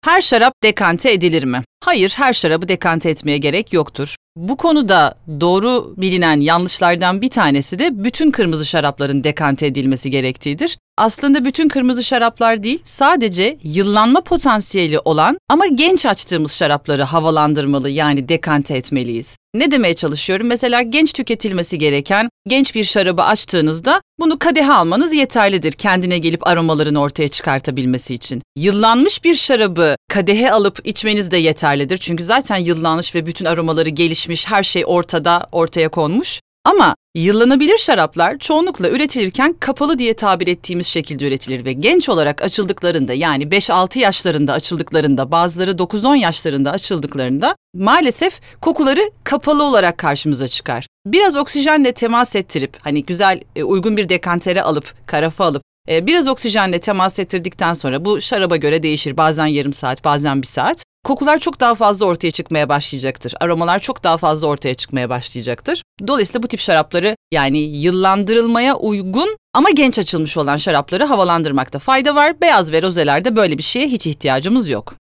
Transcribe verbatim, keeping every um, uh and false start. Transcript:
Her şarap dekante edilir mi? Hayır, her şarabı dekante etmeye gerek yoktur. Bu konuda doğru bilinen yanlışlardan bir tanesi de bütün kırmızı şarapların dekante edilmesi gerektiğidir. Aslında bütün kırmızı şaraplar değil, sadece yıllanma potansiyeli olan ama genç açtığımız şarapları havalandırmalı, yani dekante etmeliyiz. Ne demeye çalışıyorum? Mesela genç tüketilmesi gereken genç bir şarabı açtığınızda bunu kadehe almanız yeterlidir kendine gelip aromalarını ortaya çıkartabilmesi için. Yıllanmış bir şarabı kadehe alıp içmeniz de yeterlidir. Çünkü zaten yıllanmış ve bütün aromaları gelişmiş, her şey ortada, ortaya konmuş. Ama yıllanabilir şaraplar çoğunlukla üretilirken kapalı diye tabir ettiğimiz şekilde üretilir ve genç olarak açıldıklarında, yani beş altı yaşlarında açıldıklarında, bazıları dokuz on yaşlarında açıldıklarında maalesef kokuları kapalı olarak karşımıza çıkar. Biraz oksijenle temas ettirip, hani güzel uygun bir dekantere alıp, karafa alıp biraz oksijenle temas ettirdikten sonra, bu şaraba göre değişir, bazen yarım saat, bazen bir saat, kokular çok daha fazla ortaya çıkmaya başlayacaktır. Aromalar çok daha fazla ortaya çıkmaya başlayacaktır. Dolayısıyla bu tip şarapları, yani yıllandırılmaya uygun ama genç açılmış olan şarapları havalandırmakta fayda var. Beyaz ve rozelerde böyle bir şeye hiç ihtiyacımız yok.